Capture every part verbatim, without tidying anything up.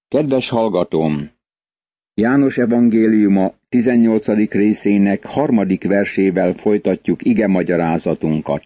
Kedves hallgatóm! János evangéliuma tizennyolcadik részének harmadik versével folytatjuk igemagyarázatunkat.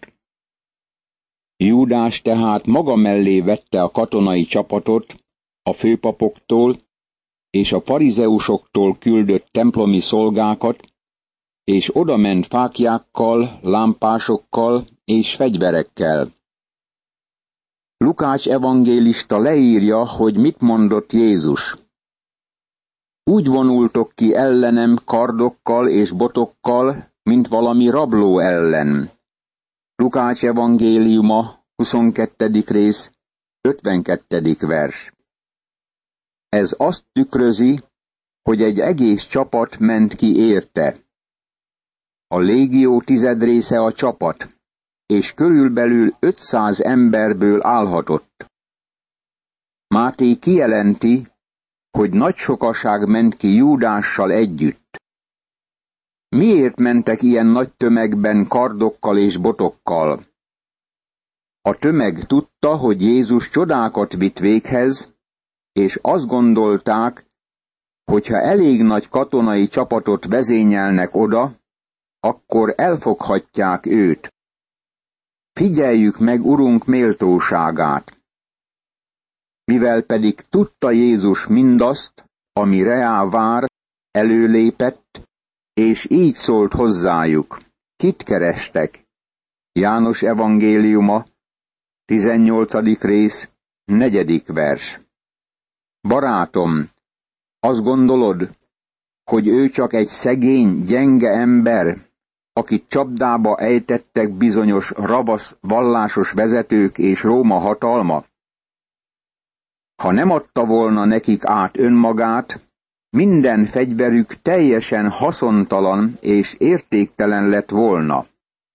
Júdás tehát maga mellé vette a katonai csapatot, a főpapoktól és a farizeusoktól küldött templomi szolgákat, és odament fáklyákkal, lámpásokkal és fegyverekkel. Lukács evangélista leírja, hogy mit mondott Jézus. Úgy vonultok ki ellenem kardokkal és botokkal, mint valami rabló ellen. Lukács evangéliuma huszonkettedik rész, ötvenkettedik vers. Ez azt tükrözi, hogy egy egész csapat ment ki érte. A légió tizedrésze a csapat, és körülbelül ötszáz emberből állhatott. Máté kijelenti, hogy nagy sokaság ment ki Júdással együtt. Miért mentek ilyen nagy tömegben kardokkal és botokkal? A tömeg tudta, hogy Jézus csodákat vitt véghez, és azt gondolták, hogy ha elég nagy katonai csapatot vezényelnek oda, akkor elfoghatják őt. Figyeljük meg Urunk méltóságát. Mivel pedig tudta Jézus mindazt, ami reá vár, előlépett, és így szólt hozzájuk. Kit kerestek? János evangéliuma, tizennyolcadik rész, negyedik vers. Barátom, azt gondolod, hogy ő csak egy szegény, gyenge ember, akit csapdába ejtettek bizonyos ravasz vallásos vezetők és Róma hatalma? Ha nem adta volna nekik át önmagát, minden fegyverük teljesen haszontalan és értéktelen lett volna.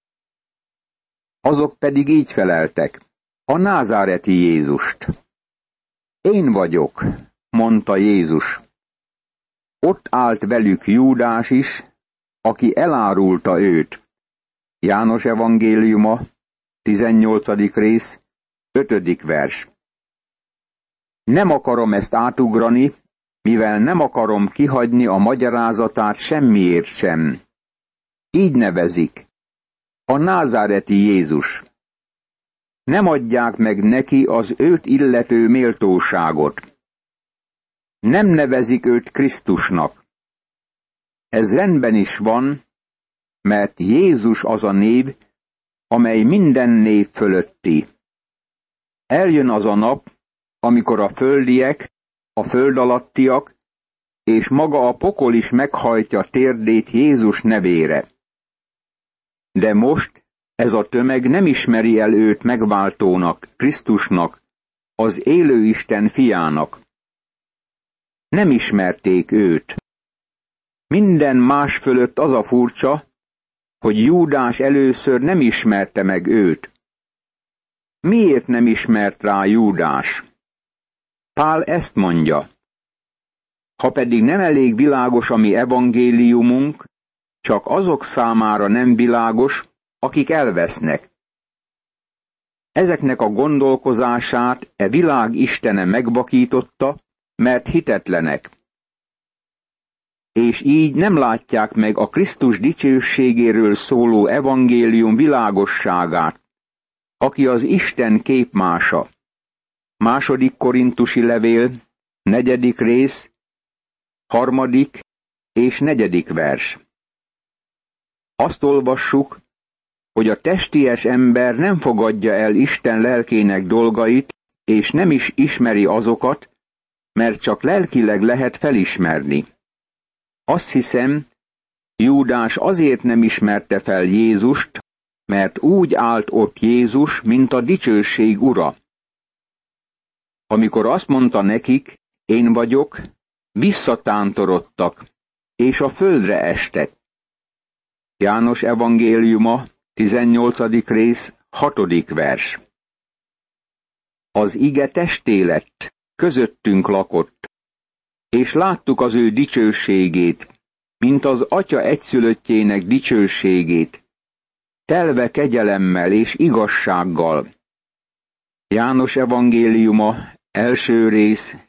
Azok pedig így feleltek, a názáreti Jézust. Én vagyok, mondta Jézus. Ott állt velük Júdás is, aki elárulta őt. János evangéliuma, tizennyolcadik rész, ötödik vers. Nem akarom ezt átugrani, mivel nem akarom kihagyni a magyarázatát semmiért sem. Így nevezik. A názáreti Jézus. Nem adják meg neki az őt illető méltóságot. Nem nevezik őt Krisztusnak. Ez rendben is van, mert Jézus az a név, amely minden név fölötti. Eljön az a nap, amikor a földiek, a föld alattiak, és maga a pokol is meghajtja térdét Jézus nevére. De most ez a tömeg nem ismeri el őt megváltónak, Krisztusnak, az élő Isten fiának. Nem ismerték őt. Minden más fölött az a furcsa, hogy Júdás először nem ismerte meg őt. Miért nem ismert rá Júdás? Pál ezt mondja. Ha pedig nem elég világos a mi evangéliumunk, csak azok számára nem világos, akik elvesznek. Ezeknek a gondolkozását e világ istene megvakította, mert hitetlenek. És így nem látják meg a Krisztus dicsőségéről szóló evangélium világosságát, aki az Isten képmása. Második korintusi levél, negyedik rész, harmadik és negyedik vers. Azt olvassuk, hogy a testies ember nem fogadja el Isten lelkének dolgait, és nem is ismeri azokat, mert csak lelkileg lehet felismerni. Azt hiszem, Júdás azért nem ismerte fel Jézust, mert úgy állt ott Jézus, mint a dicsőség ura. Amikor azt mondta nekik, én vagyok, visszatántorodtak, és a földre estek. János evangéliuma, tizennyolcadik rész, hatodik vers. Az ige testé lett, közöttünk lakott, és láttuk az ő dicsőségét, mint az Atya egyszülöttjének dicsőségét, telve kegyelemmel és igazsággal. János evangéliuma, első rész,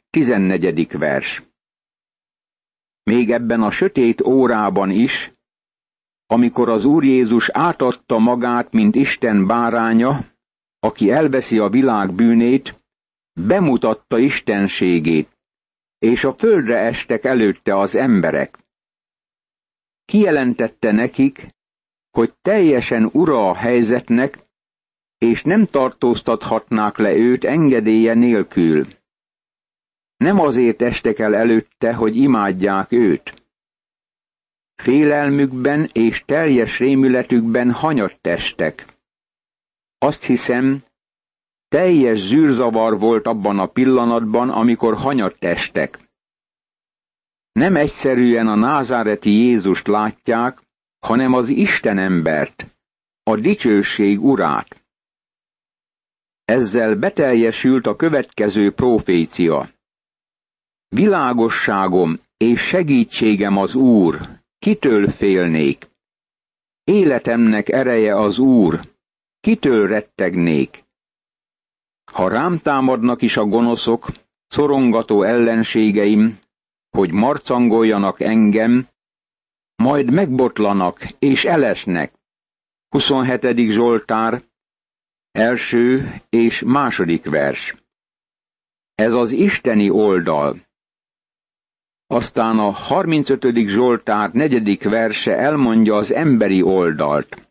tizennegyedik vers. Még ebben a sötét órában is, amikor az Úr Jézus átadta magát, mint Isten báránya, aki elveszi a világ bűnét, bemutatta istenségét, és a földre estek előtte az emberek. Kijelentette nekik, hogy teljesen ura a helyzetnek, és nem tartóztathatnák le őt engedélye nélkül. Nem azért estek el előtte, hogy imádják őt. Félelmükben és teljes rémületükben hanyatt estek. Azt hiszem, teljes zűrzavar volt abban a pillanatban, amikor hanyatt estek. Nem egyszerűen a názáreti Jézust látják, hanem az Isten embert, a dicsőség urát. Ezzel beteljesült a következő prófécia. Világosságom és segítségem az Úr, kitől félnék? Életemnek ereje az Úr, kitől rettegnék? Ha rám támadnak is a gonoszok, szorongató ellenségeim, hogy marcangoljanak engem, majd megbotlanak és elesnek. huszonhetedik Zsoltár, első és második vers. Ez az isteni oldal. Aztán a harmincötödik Zsoltár negyedik verse elmondja az emberi oldalt.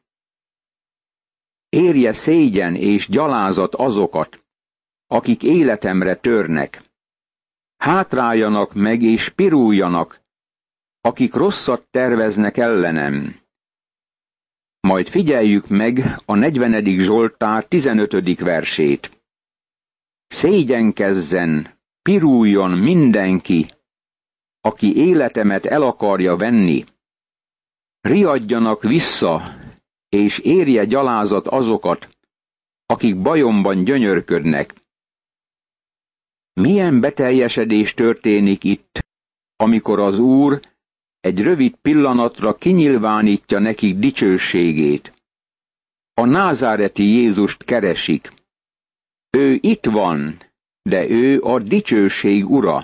Érje szégyen és gyalázat azokat, akik életemre törnek. Hátráljanak meg és piruljanak, akik rosszat terveznek ellenem. Majd figyeljük meg a negyvenedik Zsoltár tizenötödik versét. Szégyenkezzen, piruljon mindenki, aki életemet el akarja venni. Riadjanak vissza, és érje gyalázat azokat, akik bajomban gyönyörködnek. Milyen beteljesedés történik itt, amikor az Úr egy rövid pillanatra kinyilvánítja nekik dicsőségét. A názáreti Jézust keresik. Ő itt van, de ő a dicsőség ura.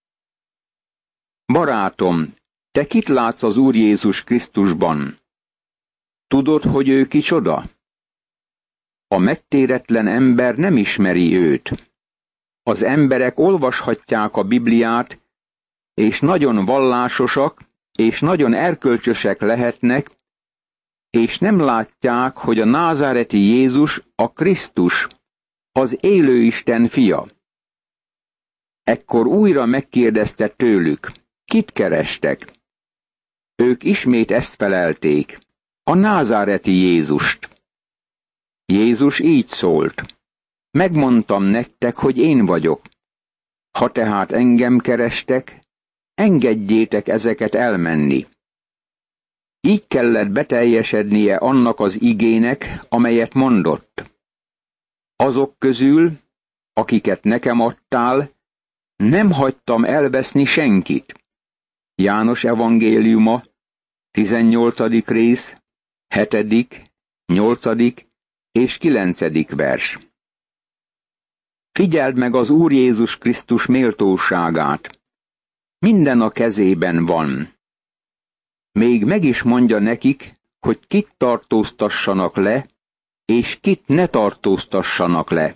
Barátom, te kit látsz az Úr Jézus Krisztusban? Tudod, hogy ő kicsoda? A megtéretlen ember nem ismeri őt. Az emberek olvashatják a Bibliát, és nagyon vallásosak, és nagyon erkölcsösek lehetnek, és nem látják, hogy a názáreti Jézus a Krisztus, az élő Isten fia. Ekkor újra megkérdezte tőlük, kit kerestek? Ők ismét ezt felelték, a názáreti Jézust. Jézus így szólt, megmondtam nektek, hogy én vagyok. Ha tehát engem kerestek, engedjétek ezeket elmenni. Így kellett beteljesednie annak az igének, amelyet mondott. Azok közül, akiket nekem adtál, nem hagytam elveszni senkit. János evangéliuma, tizennyolcadik rész, hetedik, nyolcadik és kilencedik vers. Figyeld meg az Úr Jézus Krisztus méltóságát. Minden a kezében van. Még meg is mondja nekik, hogy kit tartóztassanak le, és kit ne tartóztassanak le.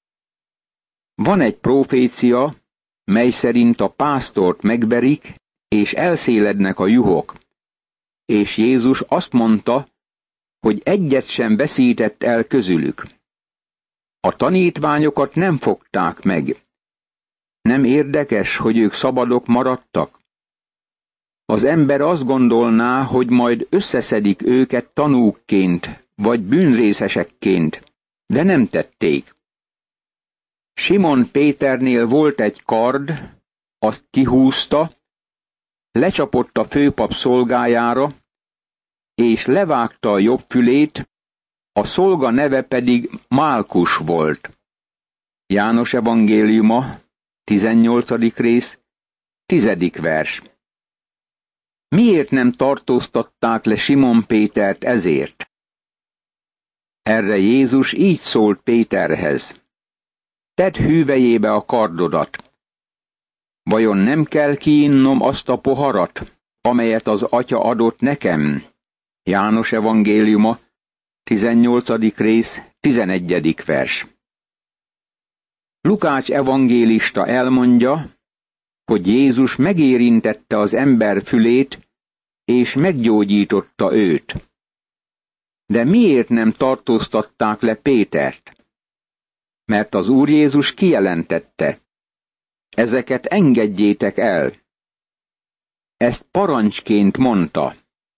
Van egy profécia, mely szerint a pásztort megverik, és elszélednek a juhok. És Jézus azt mondta, hogy egyet sem veszített el közülük. A tanítványokat nem fogták meg. Nem érdekes, hogy ők szabadok maradtak? Az ember azt gondolná, hogy majd összeszedik őket tanúkként, vagy bűnrészesekként, de nem tették. Simon Péternél volt egy kard, azt kihúzta, lecsapott a főpap szolgájára, és levágta a jobb fülét, a szolga neve pedig Málkus volt. János evangéliuma, tizennyolcadik rész, tizedik vers. Miért nem tartóztatták le Simon Pétert ezért? Erre Jézus így szólt Péterhez. Tedd hűvejébe a kardodat. Vajon nem kell kiinnom azt a poharat, amelyet az Atya adott nekem? János evangéliuma, tizennyolcadik rész, tizenegyedik vers. Lukács evangélista elmondja, hogy Jézus megérintette az ember fülét, és meggyógyította őt. De miért nem tartóztatták le Pétert? Mert az Úr Jézus kijelentette: ezeket engedjétek el. Ezt parancsként mondta.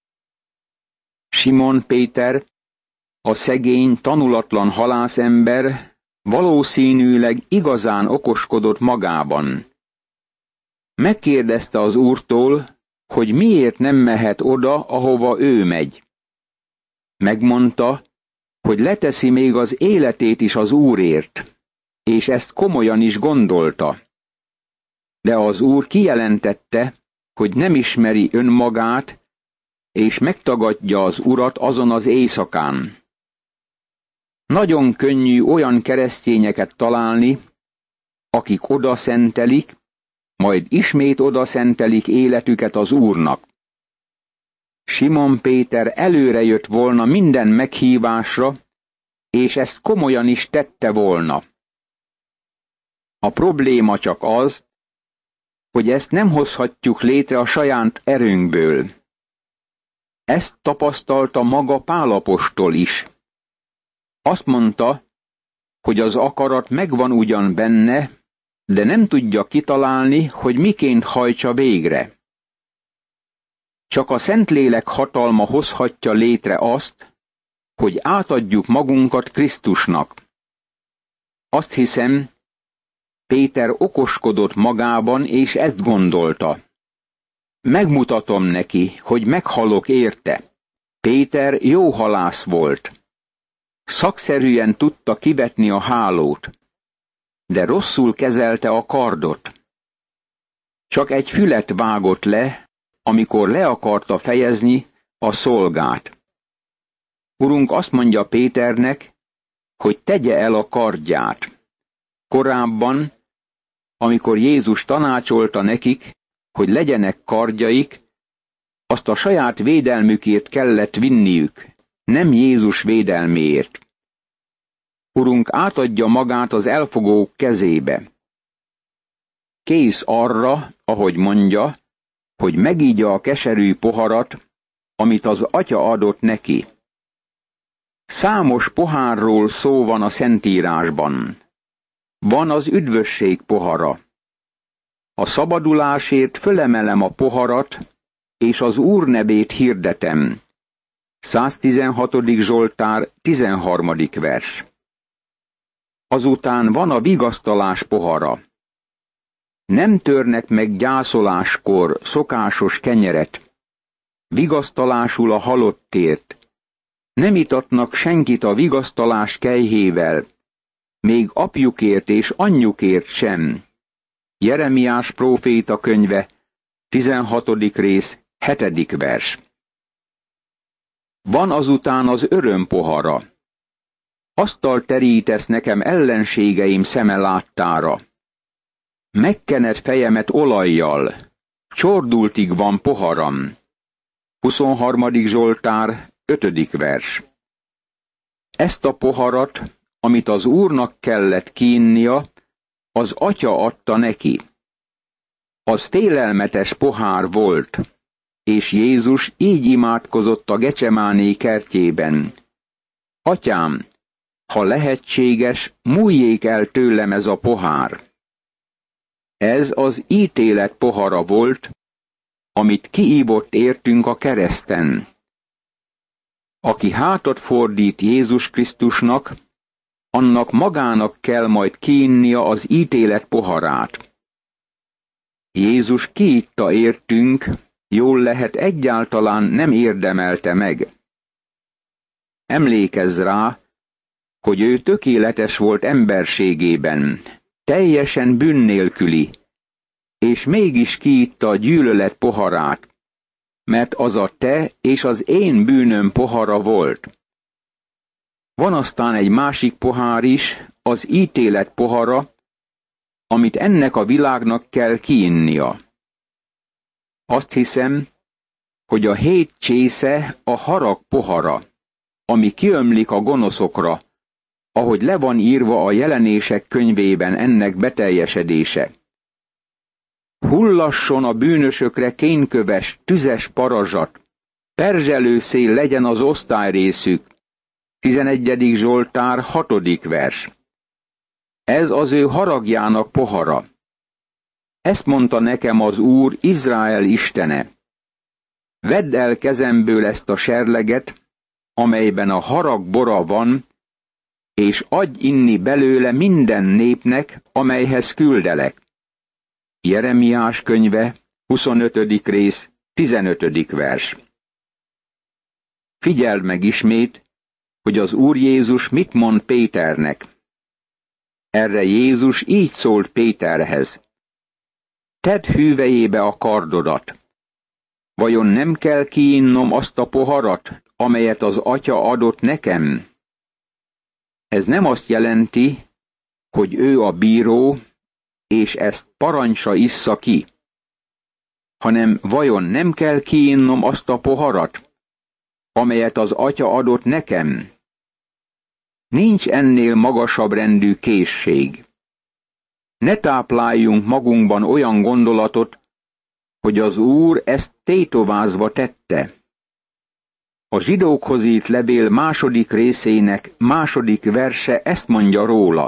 Simon Péter, a szegény, tanulatlan halászember valószínűleg igazán okoskodott magában. Megkérdezte az Úrtól, hogy miért nem mehet oda, ahova ő megy. Megmondta, hogy leteszi még az életét is az Úrért, és ezt komolyan is gondolta. De az Úr kijelentette, hogy nem ismeri önmagát, és megtagadja az Urat azon az éjszakán. Nagyon könnyű olyan keresztényeket találni, akik odaszentelik, majd ismét odaszentelik életüket az Úrnak. Simon Péter előre jött volna minden meghívásra, és ezt komolyan is tette volna. A probléma csak az, hogy ezt nem hozhatjuk létre a saját erőnkből. Ezt tapasztalta maga Pál apostol is. Azt mondta, hogy az akarat megvan ugyan benne, de nem tudja kitalálni, hogy miként hajtsa végre. Csak a Szentlélek hatalma hozhatja létre azt, hogy átadjuk magunkat Krisztusnak. Azt hiszem, Péter okoskodott magában, és ezt gondolta: megmutatom neki, hogy meghalok érte. Péter jó halász volt. Szakszerűen tudta kivetni a hálót, de rosszul kezelte a kardot. Csak egy fület vágott le, amikor le akarta fejezni a szolgát. Urunk azt mondja Péternek, hogy tegye el a kardját. Korábban, amikor Jézus tanácsolta nekik, hogy legyenek kardjaik, azt a saját védelmükért kellett vinniük, nem Jézus védelméért. Urunk átadja magát az elfogók kezébe. Kész arra, ahogy mondja, hogy megígya a keserű poharat, amit az Atya adott neki. Számos pohárról szó van a Szentírásban. Van az üdvösség pohara. A szabadulásért fölemelem a poharat, és az Úr nevét hirdetem. száztizenhatodik Zsoltár, tizenharmadik vers. Azután van a vigasztalás pohara. Nem törnek meg gyászoláskor szokásos kenyeret. Vigasztalásul a halottért. Nem itatnak senkit a vigasztalás kejhével, még apjukért és anyjukért sem. Jeremiás próféta könyve, tizenhatodik rész, hetedik vers. Van azután az öröm pohara. Asztalt terítesz nekem ellenségeim szeme láttára. Megkened fejemet olajjal, csordultig van poharam. huszonharmadik Zsoltár, ötödik vers. Ezt a poharat, amit az Úrnak kellett kiinnia, az Atya adta neki. Az félelmetes pohár volt, és Jézus így imádkozott a Gecsemáné kertjében: Atyám, ha lehetséges, múljék el tőlem ez a pohár. Ez az ítélet pohara volt, amit kiívott értünk a kereszten. Aki hátat fordít Jézus Krisztusnak, annak magának kell majd kiinnia az ítélet poharát. Jézus kiitta értünk, jól lehet egyáltalán nem érdemelte meg. Emlékezz rá, hogy ő tökéletes volt emberségében, teljesen bűn nélküli, és mégis kiitta a gyűlölet poharát, mert az a te és az én bűnöm pohara volt. Van aztán egy másik pohár is, az ítélet pohara, amit ennek a világnak kell kiinnia. Azt hiszem, hogy a hét csésze a harag pohara, ami kiömlik a gonoszokra, ahogy le van írva a Jelenések könyvében ennek beteljesedése. Hullasson a bűnösökre kénköves, tüzes parazsat, perzselő szél legyen az osztályrészük. tizenegyedik Zsoltár, hatodik vers. Ez az ő haragjának pohara. Ezt mondta nekem az Úr, Izrael istene. Vedd el kezemből ezt a serleget, amelyben a harag bora van, és adj inni belőle minden népnek, amelyhez küldelek. Jeremiás könyve, huszonötödik rész, tizenötödik vers. Figyeld meg ismét, hogy az Úr Jézus mit mond Péternek. Erre Jézus így szólt Péterhez. Tedd hűvejébe a kardodat. Vajon nem kell kiinnom azt a poharat, amelyet az Atya adott nekem? Ez nem azt jelenti, hogy ő a bíró, és ezt parancsra issza ki, hanem vajon nem kell kiinnom azt a poharat, amelyet az Atya adott nekem? Nincs ennél magasabb rendű készség. Ne tápláljunk magunkban olyan gondolatot, hogy az Úr ezt tétovázva tette. A zsidókhoz írt levél második részének második verse ezt mondja róla.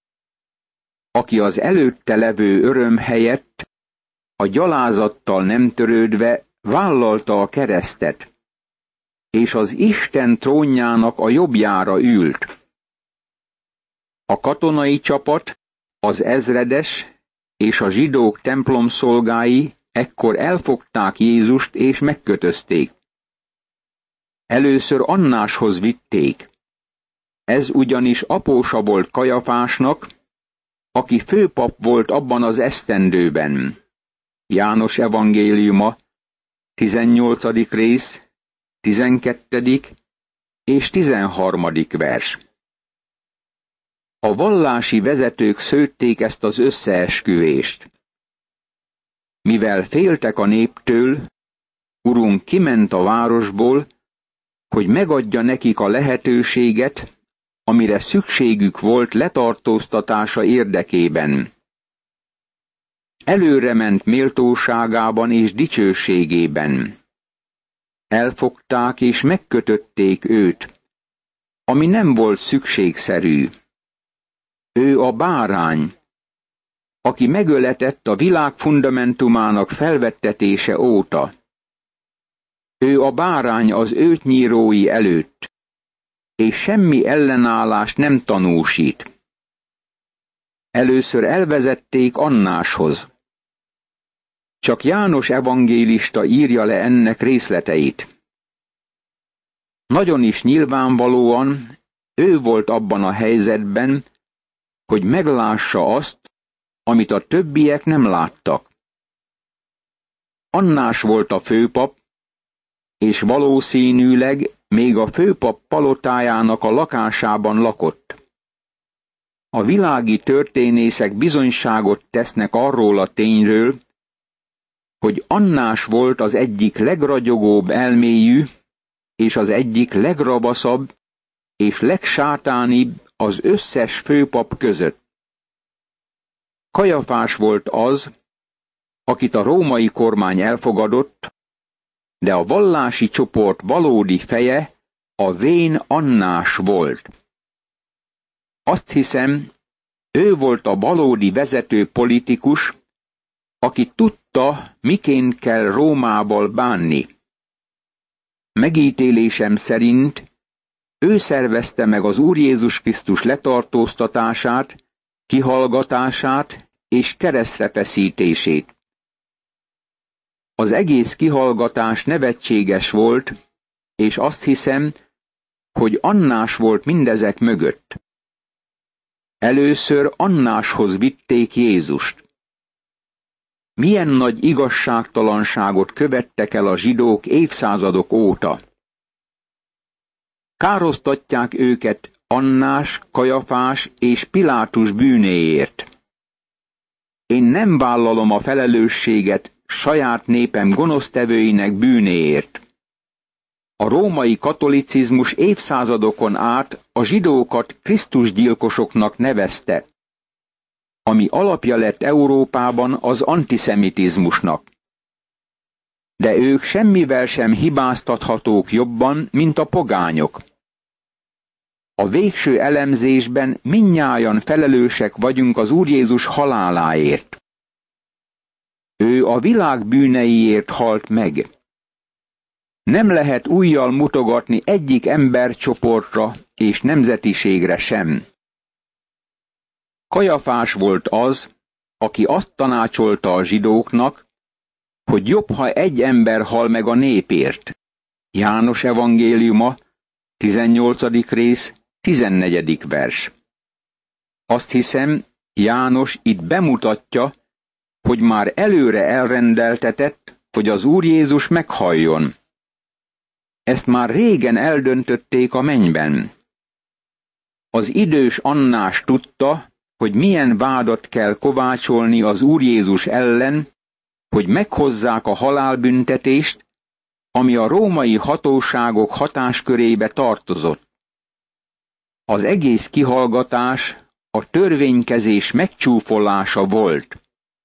Aki az előtte levő öröm helyett, a gyalázattal nem törődve vállalta a keresztet, és az Isten trónjának a jobbjára ült. A katonai csapat, az ezredes és a zsidók templomszolgái ekkor elfogták Jézust és megkötözték. Először Annáshoz vitték. Ez ugyanis apósa volt Kajafásnak, aki főpap volt abban az esztendőben. János evangéliuma, tizennyolcadik rész, tizenkettedik és tizenharmadik vers. A vallási vezetők szőtték ezt az összeesküvést. Mivel féltek a néptől, Urunk kiment a városból, hogy megadja nekik a lehetőséget, amire szükségük volt letartóztatása érdekében. Előrement méltóságában és dicsőségében. Elfogták és megkötötték őt, ami nem volt szükségszerű. Ő a bárány, aki megöletett a világ fundamentumának felvettetése óta. Ő a bárány az őtnyírói előtt, és semmi ellenállást nem tanúsít. Először elvezették Annáshoz. Csak János evangélista írja le ennek részleteit. Nagyon is nyilvánvalóan ő volt abban a helyzetben, hogy meglássa azt, amit a többiek nem láttak. Annás volt a főpap, és valószínűleg még a főpap palotájának a lakásában lakott. A világi történészek bizonyságot tesznek arról a tényről, hogy Annás volt az egyik legragyogóbb elméjű, és az egyik legravaszabb, és legsátánibb az összes főpap között. Kajafás volt az, akit a római kormány elfogadott, de a vallási csoport valódi feje a vén Annás volt. Azt hiszem, ő volt a valódi vezető politikus, aki tudta, miként kell Rómával bánni. Megítélésem szerint ő szervezte meg az Úr Jézus Krisztus letartóztatását, kihallgatását és keresztre feszítését. Az egész kihallgatás nevetséges volt, és azt hiszem, hogy Annás volt mindezek mögött. Először Annáshoz vitték Jézust. Milyen nagy igazságtalanságot követtek el a zsidók évszázadok óta. Károsztatják őket Annás, Kajafás és Pilátus bűnéért. én nem vállalom a felelősséget saját népem gonosztevőinek bűnéért. A római katolicizmus évszázadokon át a zsidókat Krisztusgyilkosoknak nevezte, ami alapja lett Európában az antiszemitizmusnak. De ők semmivel sem hibáztathatók jobban, mint a pogányok. A végső elemzésben mindnyájan felelősek vagyunk az Úr Jézus haláláért. Ő a világ bűneiért halt meg. Nem lehet ujjal mutogatni egyik embercsoportra és nemzetiségre sem. Kajafás volt az, aki azt tanácsolta a zsidóknak, hogy jobb, ha egy ember hal meg a népért. János evangéliuma, tizennyolcadik rész, tizennegyedik vers. Azt hiszem, János itt bemutatja, hogy már előre elrendeltetett, hogy az Úr Jézus meghalljon. Ezt már régen eldöntötték a mennyben. Az idős Annás tudta, hogy milyen vádat kell kovácsolni az Úr Jézus ellen, hogy meghozzák a halálbüntetést, ami a római hatóságok hatáskörébe tartozott. Az egész kihallgatás a törvénykezés megcsúfolása volt.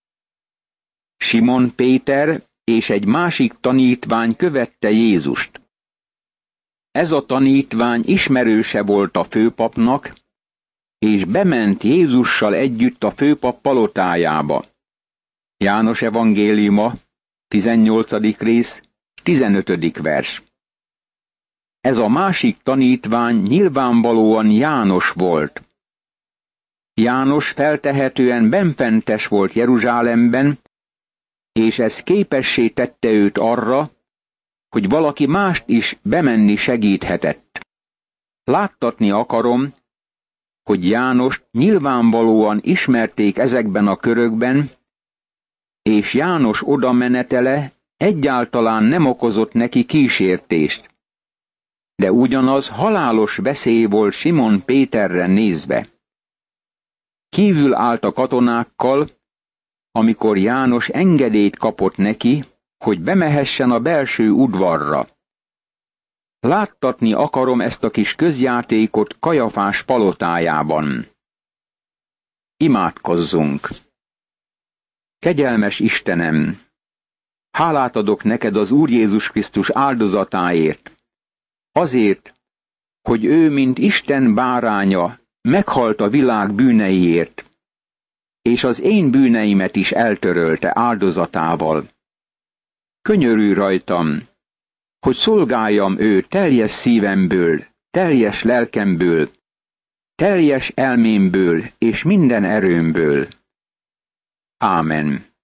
Simon Péter és egy másik tanítvány követte Jézust. Ez a tanítvány ismerőse volt a főpapnak, és bement Jézussal együtt a főpap palotájába. János evangéliuma, tizennyolcadik rész, tizenötödik vers. Ez a másik tanítvány nyilvánvalóan János volt. János feltehetően benfentes volt Jeruzsálemben, és ez képessé tette őt arra, hogy valaki mást is bemenni segíthetett. Láttatni akarom, hogy Jánost nyilvánvalóan ismerték ezekben a körökben, és János odamenetele egyáltalán nem okozott neki kísértést. De ugyanaz halálos veszély volt Simon Péterre nézve. Kívül állt a katonákkal, amikor János engedélyt kapott neki, hogy bemehessen a belső udvarra. Láttatni akarom ezt a kis közjátékot Kajafás palotájában. Imádkozzunk! Kegyelmes Istenem! Hálát adok neked az Úr Jézus Krisztus áldozatáért, azért, hogy ő, mint Isten báránya, meghalt a világ bűneiért, és az én bűneimet is eltörölte áldozatával. Könyörülj rajtam, hogy szolgáljam ő teljes szívemből, teljes lelkemből, teljes elmémből és minden erőmből. Ámen.